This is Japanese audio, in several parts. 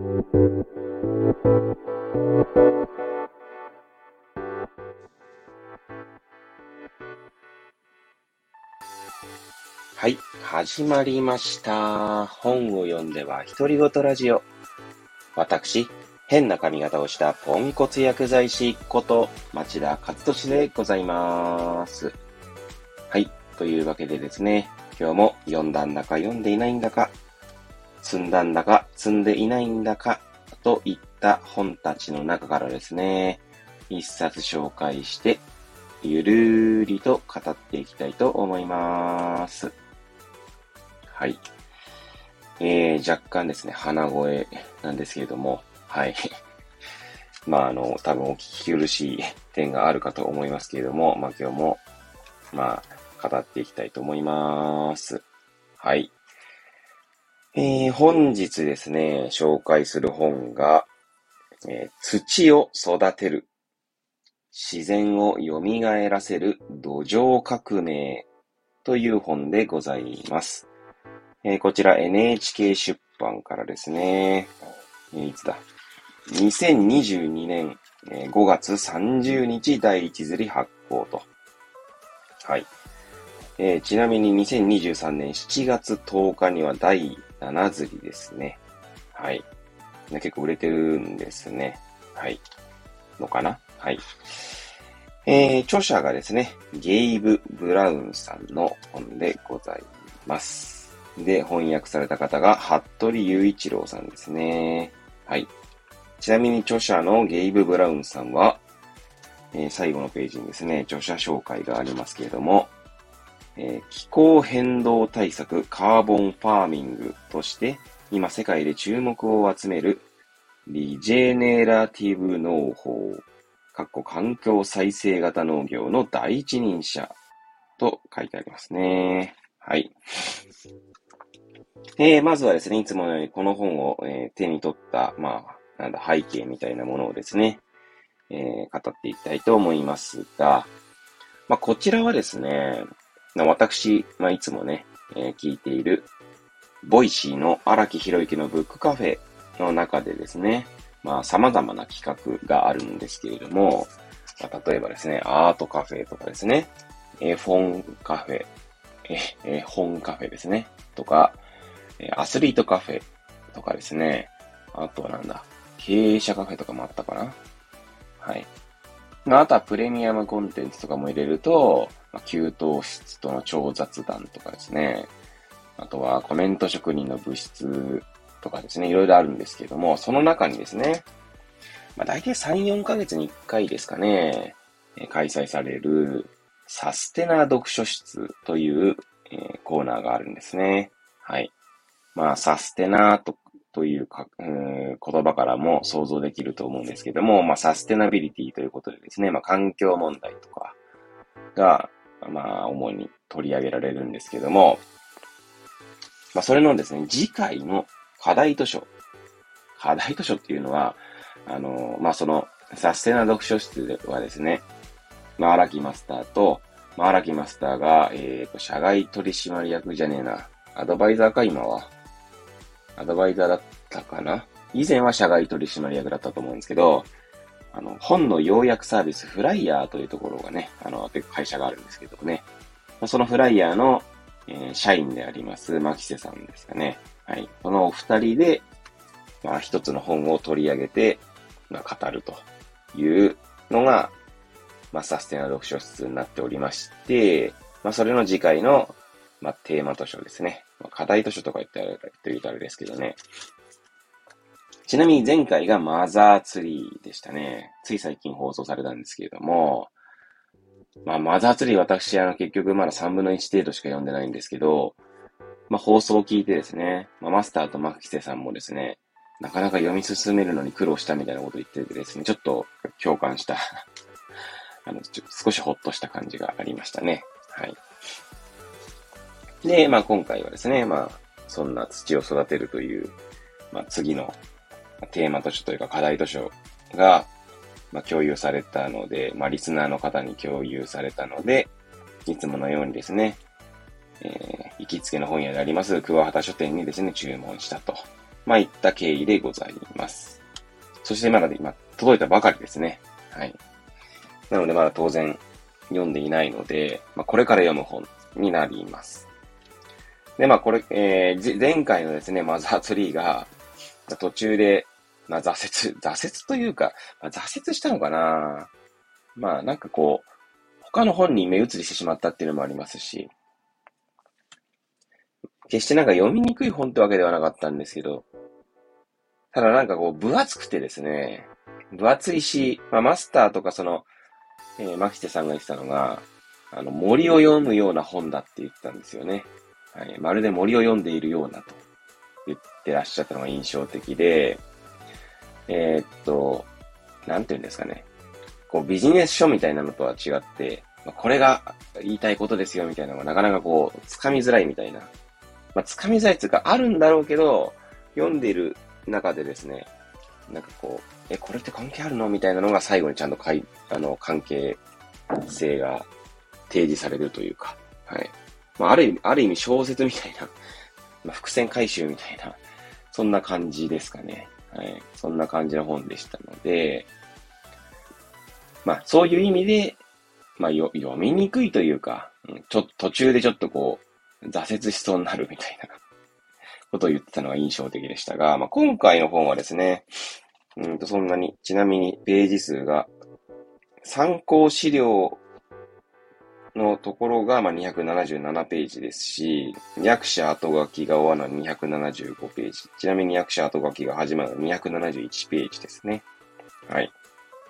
はい、始まりました。本を読んでは独り言ラジオ。私、変な髪型をしたポンコツ薬剤師こと町田勝利でございます。はい、というわけでですね、今日も読んだんだか読んでいないんだか、積んだんだか積んでいないんだか、といった本たちの中からですね、一冊紹介して、ゆるーりと語っていきたいと思います。はい。若干ですね、鼻声なんですけれども、はい。多分お聞き苦しい点があるかと思いますけれども、今日も、語っていきたいと思います。はい。本日ですね、紹介する本が、土を育てる。自然を蘇らせる土壌革命という本でございます。こちら NHK 出版からですね、いつだ ?2022 年5月30日第1釣り発行と。はい。ちなみに2023年7月10日には第7釣りですね。はい。結構売れてるんですね。はい。のかなはい。著者がですね、ゲイブ・ブラウンさんの本でございます。で、翻訳された方が、服部雄一郎さんですね。はい。ちなみに著者のゲイブ・ブラウンさんは、最後のページにですね、著者紹介がありますけれども、気候変動対策カーボンファーミングとして、今世界で注目を集めるリジェネラティブ農法、環境再生型農業の第一人者と書いてありますね。はい。まずはですね、いつものようにこの本を、手に取った、背景みたいなものをですね、語っていきたいと思いますが、こちらはですね、私、いつもね、聞いている、ボイシーの荒木博之のブックカフェの中でですね、様々な企画があるんですけれども、例えばですね、アートカフェとかですね、絵本カフェ、絵本カフェですね、とか、アスリートカフェとかですね、あとは経営者カフェとかもあったかな。はい。あとはプレミアムコンテンツとかも入れると、給湯室との超雑談とかですね、あとはコメント職人の物質とかですね、いろいろあるんですけれども、その中にですね、大体3、4ヶ月に1回ですかね、開催されるサステナ読書室という、コーナーがあるんですね。はい。サステナという言葉からも想像できると思うんですけども、サステナビリティということでですね、環境問題とかが、主に取り上げられるんですけども、それのですね、次回の課題図書っていうのは、その、サステナ読書室ではですね、荒木マスターと、荒木マスターが、社外取締役じゃねえな。アドバイザーか、今は。アドバイザーだったかな。以前は社外取締役だったと思うんですけど、本の要約サービス、フライヤーというところがね、会社があるんですけどね。そのフライヤーの、社員であります、牧瀬さんですかね。はい。このお二人で、一つの本を取り上げて、語るというのが、サステナ読書室になっておりまして、それの次回の、テーマ図書ですね。課題図書とか言ってあれですけどね。ちなみに前回がマザーツリーでしたね。つい最近放送されたんですけれども、マザーツリー私、結局まだ3分の1程度しか読んでないんですけど、放送を聞いてですね、マスターとマキセさんもですね、なかなか読み進めるのに苦労したみたいなことを言っててですね、ちょっと共感した少しほっとした感じがありましたね。はい。で、今回はですね、そんな土を育てるという、次のテーマ図書というか課題図書が、共有されたので、リスナーの方に共有されたので、いつものようにですね、行きつけの本屋であります、桑畑書店にですね、注文したと。 まあ、いった経緯でございます。そしてまだ今、届いたばかりですね。はい。なのでまだ当然読んでいないので、まあ、これから読む本になります。で、まあこれ、前回のですね、マザーツリーが、途中で、まあ挫折というか、まあ、挫折したのかな。まあなんかこう、他の本に目移りしてしまったっていうのもありますし、決してなんか読みにくい本ってわけではなかったんですけど、ただなんかこう、分厚くてですね、分厚いし、まあマスターとかその、マキテさんが言ってたのが、森を読むような本だって言ってたんですよね。はい。まるで森を読んでいるようなと言ってらっしゃったのが印象的で、なんて言うんですかね。こうビジネス書みたいなのとは違って、これが言いたいことですよみたいなのがなかなかこう、つかみづらいみたいな。まあ、つかみづらいっていうかあるんだろうけど、読んでいる中でですね、なんかこう、これって関係あるのみたいなのが最後にちゃんと関係性が提示されるというか、はい。まあ、ある意味小説みたいな、まあ、伏線回収みたいな、そんな感じですかね。はい。そんな感じの本でしたので、まあ、そういう意味で、まあ、読みにくいというか、ちょっと途中でちょっとこう、挫折しそうになるみたいなことを言ってたのが印象的でしたが、まあ、今回の本はですね、そんなに、ちなみにページ数が、参考資料のところが、まあ、277ページですし、訳者後書きが終わるのは275ページ。ちなみに訳者後書きが始まるのは271ページですね。はい。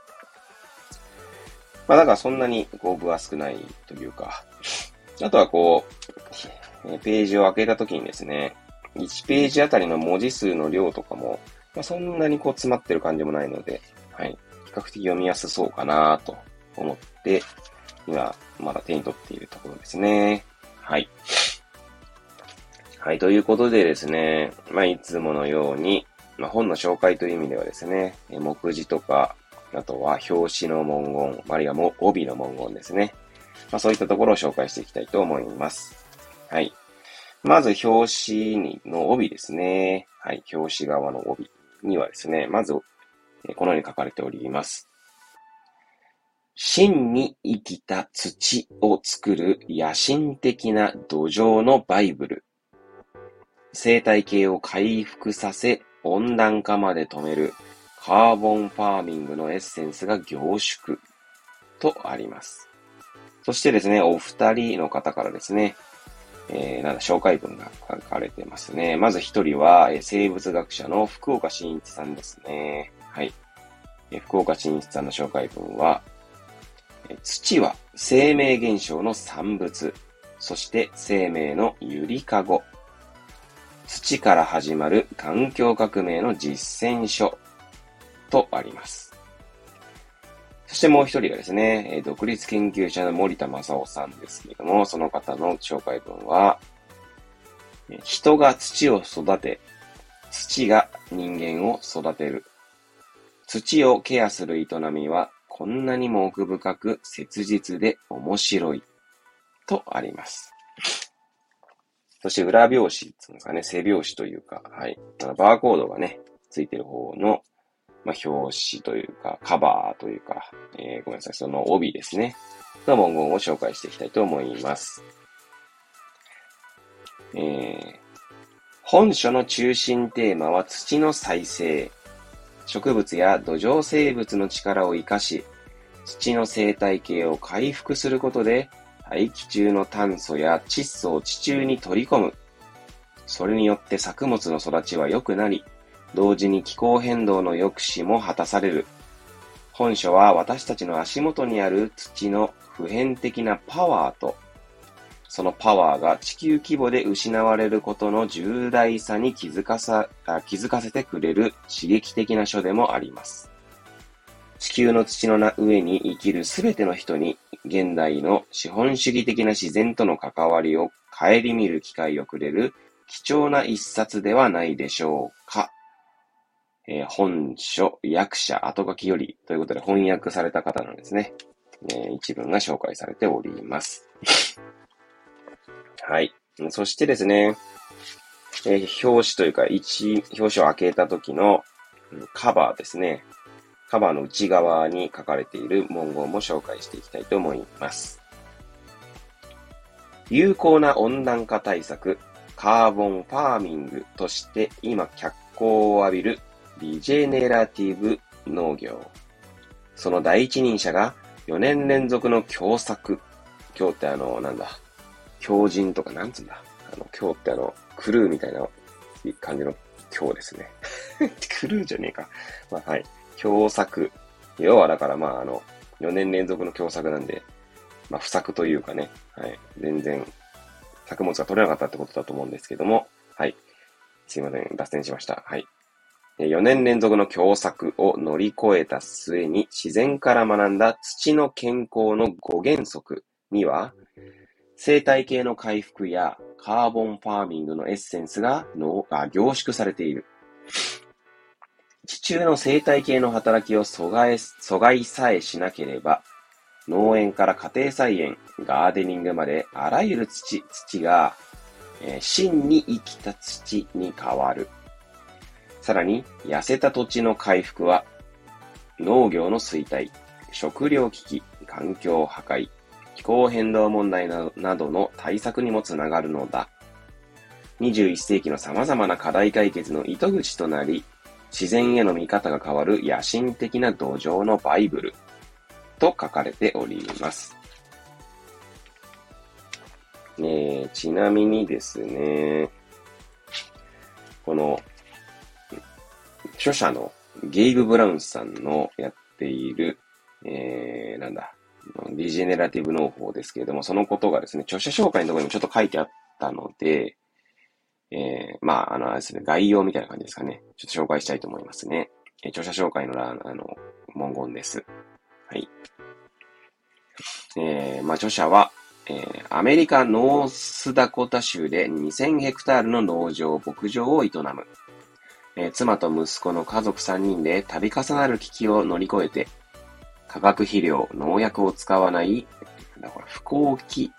まあ、だからそんなに、こう、分厚くないというか、あとはこう、ページを開けたときにですね、1ページあたりの文字数の量とかも、まあ、そんなにこう詰まってる感じもないので、はい。比較的読みやすそうかなと思って、今、まだ手に取っているところですね。はい。はい、ということでですね、まあ、いつものように、まあ、本の紹介という意味ではですね、目次とか、あとは表紙の文言、あるいはもう帯の文言ですね。まあ、そういったところを紹介していきたいと思います。はい。まず、表紙の帯ですね。はい。表紙側の帯にはですね、まず、このように書かれております。真に生きた土を作る野心的な土壌のバイブル。生態系を回復させ、温暖化まで止めるカーボンファーミングのエッセンスが凝縮とあります。そしてですね、お二人の方からですね、紹介文が書かれてますね。まず一人は、生物学者の福岡伸一さんですね。はい。福岡伸一さんの紹介文は、土は生命現象の産物、そして生命のゆりかご。土から始まる環境革命の実践書とあります。そしてもう一人がですね、独立研究者の森田正夫さんですけれども、その方の紹介文は、人が土を育て、土が人間を育てる。土をケアする営みはこんなにも奥深く切実で面白いとあります。そして裏表紙っていうんですかね、背表紙というか、はい。バーコードがね、ついてる方の、表紙というか、カバーというか、ごめんなさい、その帯ですね。の文言を紹介していきたいと思います。本書の中心テーマは土の再生。植物や土壌生物の力を生かし、土の生態系を回復することで、大気中の炭素や窒素を地中に取り込む。それによって作物の育ちは良くなり、同時に気候変動の抑止も果たされる。本書は私たちの足元にある土の普遍的なパワーと、そのパワーが地球規模で失われることの重大さに気づかせてくれる刺激的な書でもあります。地球の土の上に生きるすべての人に、現代の資本主義的な自然との関わりを顧みる機会をくれる貴重な一冊ではないでしょうか。本書、訳者、後書きよりということで翻訳された方なんですね。一文が紹介されております。はい。そしてですね、 表紙というか、表紙を開けた時のカバーですね。カバーの内側に書かれている文言も紹介していきたいと思います。有効な温暖化対策、カーボンファーミングとして今脚光を浴びるリジェネラティブ農業。その第一人者が4年連続の凶作。凶って強靭とかなんつうんだ。凶ってクルーみたいな感じの凶ですね。クルーじゃねえか。まあはい。凶作。要はだから4年連続の凶作なんで、不作というかね。はい。全然、作物が取れなかったってことだと思うんですけども。はい。すいません。脱線しました。はい。4年連続の凶作を乗り越えた末に自然から学んだ土の健康の5原則には、生態系の回復やカーボンファーミングのエッセンスが凝縮されている。地中の生態系の働きを阻害さえしなければ、農園から家庭菜園、ガーデニングまであらゆる土が、真に生きた土に変わる。さらに、痩せた土地の回復は、農業の衰退、食糧危機、環境破壊、気候変動問題などの対策にもつながるのだ。21世紀の様々な課題解決の糸口となり、自然への見方が変わる野心的な土壌のバイブルと書かれております。ちなみにですね、この著者のゲイブ・ブラウンさんのやっている、リジェネラティブ農法ですけれども、そのことがですね、著者紹介のところにもちょっと書いてあったので、あれですね、概要みたいな感じですかね。ちょっと紹介したいと思いますね。著者紹介の文言です。はい。著者は、アメリカノースダコタ州で2000ヘクタールの牧場を営む。妻と息子の家族3人で度重なる危機を乗り越えて、化学肥料、農薬を使わない、後期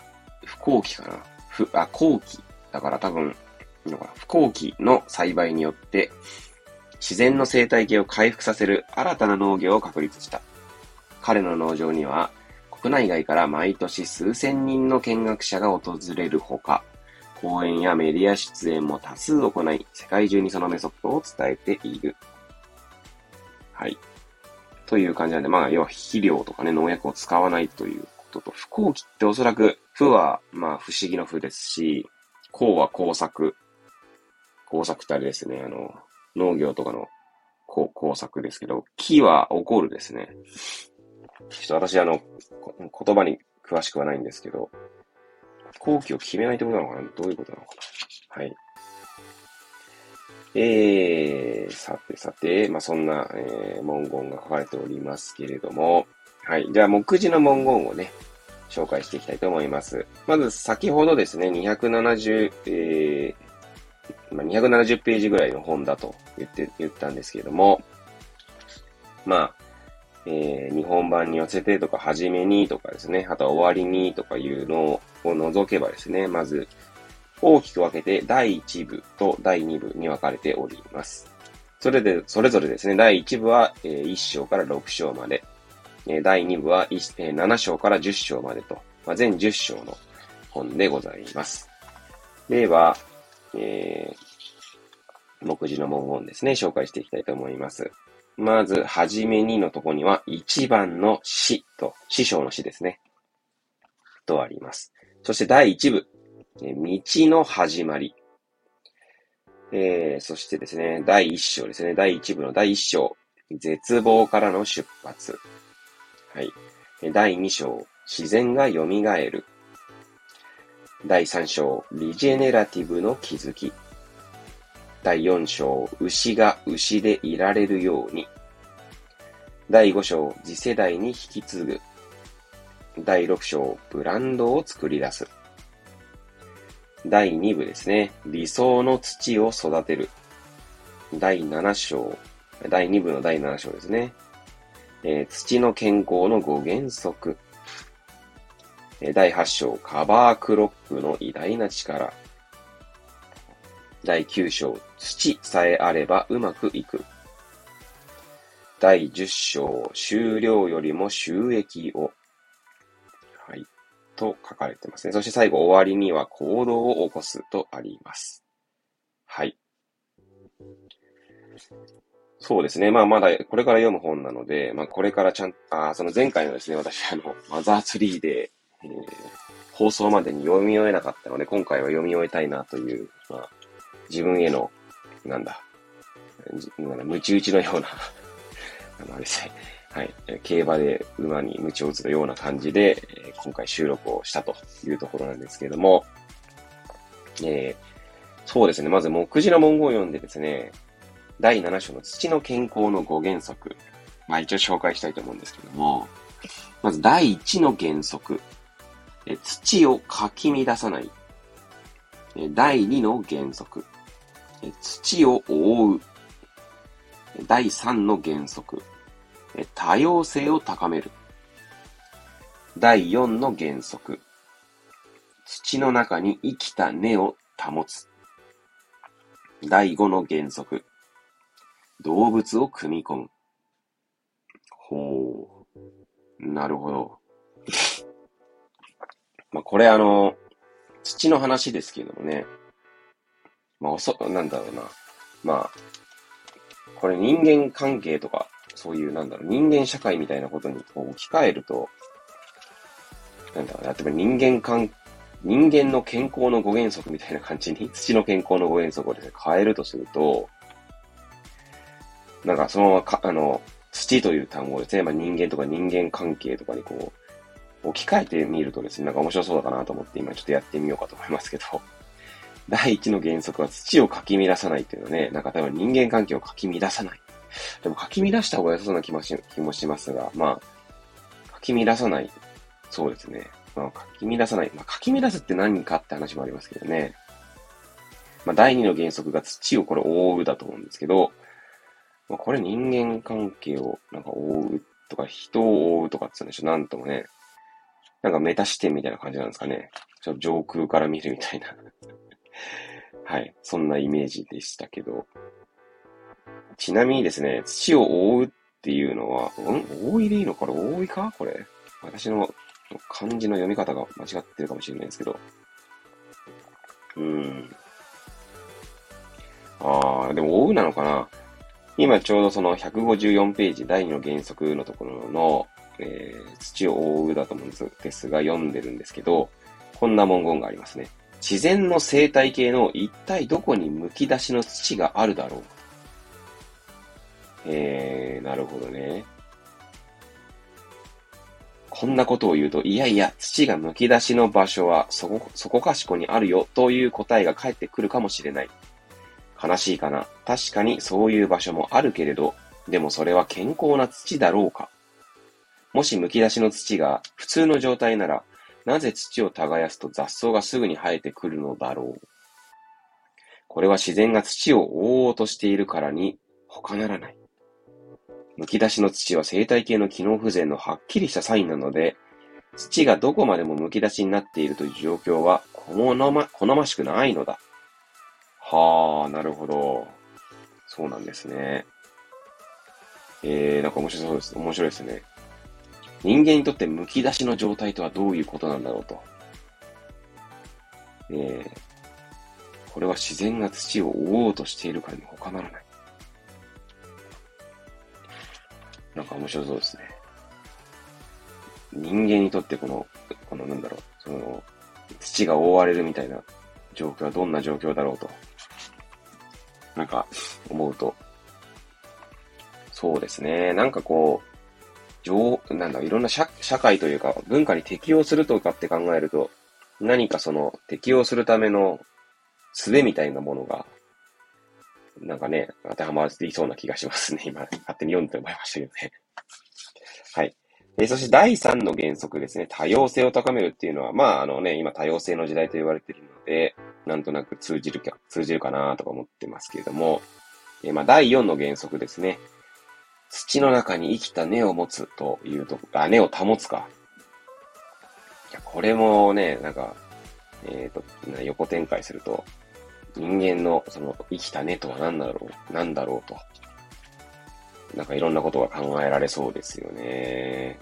だから多分、不耕期の栽培によって、自然の生態系を回復させる新たな農業を確立した。彼の農場には、国内外から毎年数千人の見学者が訪れるほか、講演やメディア出演も多数行い、世界中にそのメソッドを伝えている。はい。という感じなんで、要は肥料とかね、農薬を使わないということと、不耕期っておそらく、不は、不思議の不ですし、耕は工作。工作ってあれですね、農業とかの工作ですけど、木は起こるですね。ちょっと私言葉に詳しくはないんですけど、工期を決めないってことなのかな、どういうことなのかな。はい。さて、そんな、文言が書かれておりますけれども、はい。じゃあ、目次の文言をね、紹介していきたいと思います。まず、先ほどですね、270ページぐらいの本だと言ったんですけれども、日本版に寄せてとか、初めにとかですね、あとは終わりにとかいうのを除けばですね、まず、大きく分けて第1部と第2部に分かれております。それぞれですね、第1部は1章から6章まで、第2部は7章から10章までと、全10章の本でございます。では、目次の文言ですね、紹介していきたいと思います。まず、はじめにのところには、一番の師と、師匠の師ですね。とあります。そして第1部、道の始まり。そしてですね、第1章ですね。第1部の第1章、絶望からの出発。はい。第2章、自然が蘇る。第3章、リジェネラティブの気づき。第4章、牛が牛でいられるように。第5章、次世代に引き継ぐ。第6章、ブランドを作り出す。第2部ですね、理想の土を育てる。第7章、第2部の第7章ですね。土の健康の5原則。第8章、カバークロップの偉大な力。 第9章、土さえあればうまくいく。第10章、収量よりも収益を。はい。と書かれてますね。そして最後、終わりには行動を起こすとあります。はい。そうですね。まだこれから読む本なので、これからその前回のですね、私マザーツリーで、放送までに読み終えなかったので、今回は読み終えたいなという、自分への、ムチ打ちのようなあれですね。はい。競馬で馬に鞭を打つのような感じで、今回収録をしたというところなんですけれども、そうですね。まず、目次の文言を読んでですね、第7章の土の健康の5原則。一応紹介したいと思うんですけども、まず第1の原則。土をかき乱さない。第2の原則。土を覆う。第3の原則。多様性を高める。第4の原則。土の中に生きた根を保つ。第5の原則。動物を組み込む。ほう。なるほど。これ土の話ですけれどもね。なんだろうな。これ人間関係とか、そういう人間社会みたいなことに置き換えると、例えば人間の健康の5原則みたいな感じに、土の健康の5原則をですね、変えるとすると、そのまま土という単語をですね、人間とか人間関係とかに置き換えてみるとですね、面白そうだかなと思って今ちょっとやってみようかと思いますけど、第一の原則は土をかき乱さないっていうのはね、例えば人間関係をかき乱さない。でもかき乱した方が良さそうな気もしますが、かき乱さない。そうですね。かき乱さない。かき乱すって何かって話もありますけどね。第二の原則が土をこれ覆うだと思うんですけど、これ人間関係を覆うとか人を覆うとかって言うんでしょ。なんともね。メタ視点みたいな感じなんですかね。ちょっと上空から見るみたいな。はい。そんなイメージでしたけど。ちなみにですね、土を覆うっていうのは、覆いでいいのかな覆いかこれ。私の漢字の読み方が間違ってるかもしれないですけど。でも覆うなのかな今ちょうどその154ページ第2の原則のところの、土を覆うだと思うんですが、読んでるんですけど、こんな文言がありますね。自然の生態系の一体どこに剥き出しの土があるだろう。なるほどね。こんなことを言うと、いやいや、土が剥き出しの場所はそこかしこにあるよという答えが返ってくるかもしれない。悲しいかな。確かにそういう場所もあるけれど、でもそれは健康な土だろうか。もし剥き出しの土が普通の状態なら、なぜ土を耕すと雑草がすぐに生えてくるのだろう。これは自然が土を覆おうとしているからに他ならない。剥き出しの土は生態系の機能不全のはっきりしたサインなので、土がどこまでも剥き出しになっているという状況は好ましくないのだ。はあ、なるほど。そうなんですね。面白そうです。面白いですね。人間にとって剥き出しの状態とはどういうことなんだろうと。これは自然が土を覆おうとしているからに他ならない。面白そうですね。人間にとって土が覆われるみたいな状況はどんな状況だろうと。思うと。そうですね。いろんな社会というか文化に適応するとかって考えると、何か適応するための術みたいなものが、当てはまっていそうな気がしますね。今、勝手に読んで思いましたけどね。はい。そして第3の原則ですね。多様性を高めるっていうのは、今多様性の時代と言われているので、なんとなく通じるかなとか思ってますけれども、第4の原則ですね。土の中に生きた根を持つというと、根を保つか。いや、これもね、横展開すると、 人間のその生きた根とは何だろうと。なんかいろんなことが考えられそうですよね。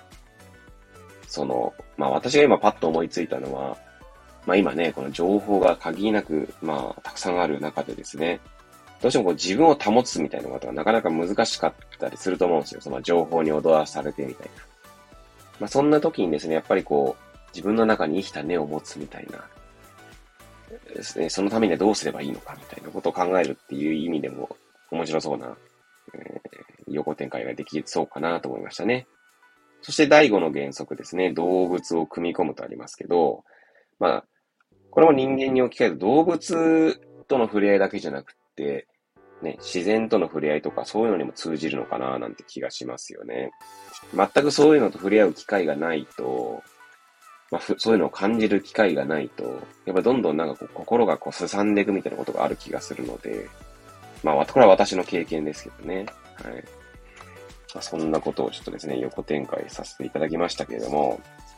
私が今パッと思いついたのは、今ね、この情報が限りなく、たくさんある中でですね、どうしても自分を保つみたいなことがなかなか難しかったりすると思うんですよ。その情報に踊らされてみたいな。そんな時にですね、やっぱり自分の中に生きた根を持つみたいなですね、そのためにはどうすればいいのかみたいなことを考えるっていう意味でも面白そうな、横展開ができそうかなと思いましたね。そして第5の原則ですね、動物を組み込むとありますけど、これも人間に置き換えると動物との触れ合いだけじゃなくて、ね、自然との触れ合いとかそういうのにも通じるのかななんて気がしますよね。全くそういうのと触れ合う機会がないと、そういうのを感じる機会がないと、やっぱどんどん心がすさんでいくみたいなことがある気がするので、これは私の経験ですけどね。はい。そんなことをちょっとですね、横展開させていただきましたけれども、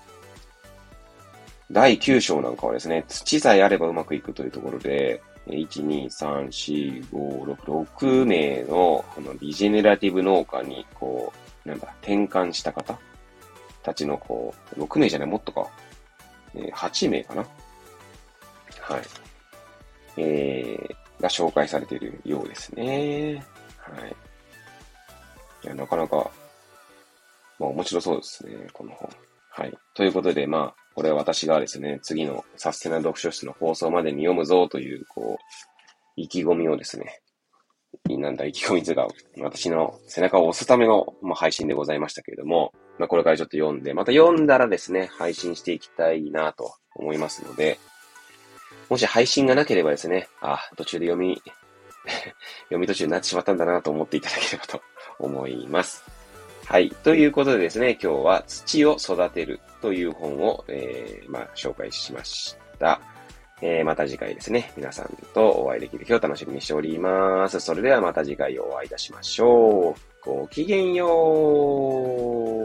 第9章なんかはですね、土さえあればうまくいくというところで、1、2、3、4、5、6名のこのリジェネラティブ農家に転換した方たちの6名じゃない、もっとか、8名かな、はい。が紹介されているようですね。はい。いや、なかなか、面白そうですね、この本。はい。ということで、これは私がですね、次のサステナ読書室の放送までに読むぞという、意気込みをですね、意気込みというか、私の背中を押すための、配信でございましたけれども、これからちょっと読んで、また読んだらですね、配信していきたいなと思いますので、もし配信がなければですね、途中で読み途中になってしまったんだなと思っていただければと思います。はい。ということでですね、今日は土を育てるという本を、紹介しました。また次回ですね、皆さんとお会いできる日を楽しみにしております。それではまた次回お会いいたしましょう。ごきげんよう。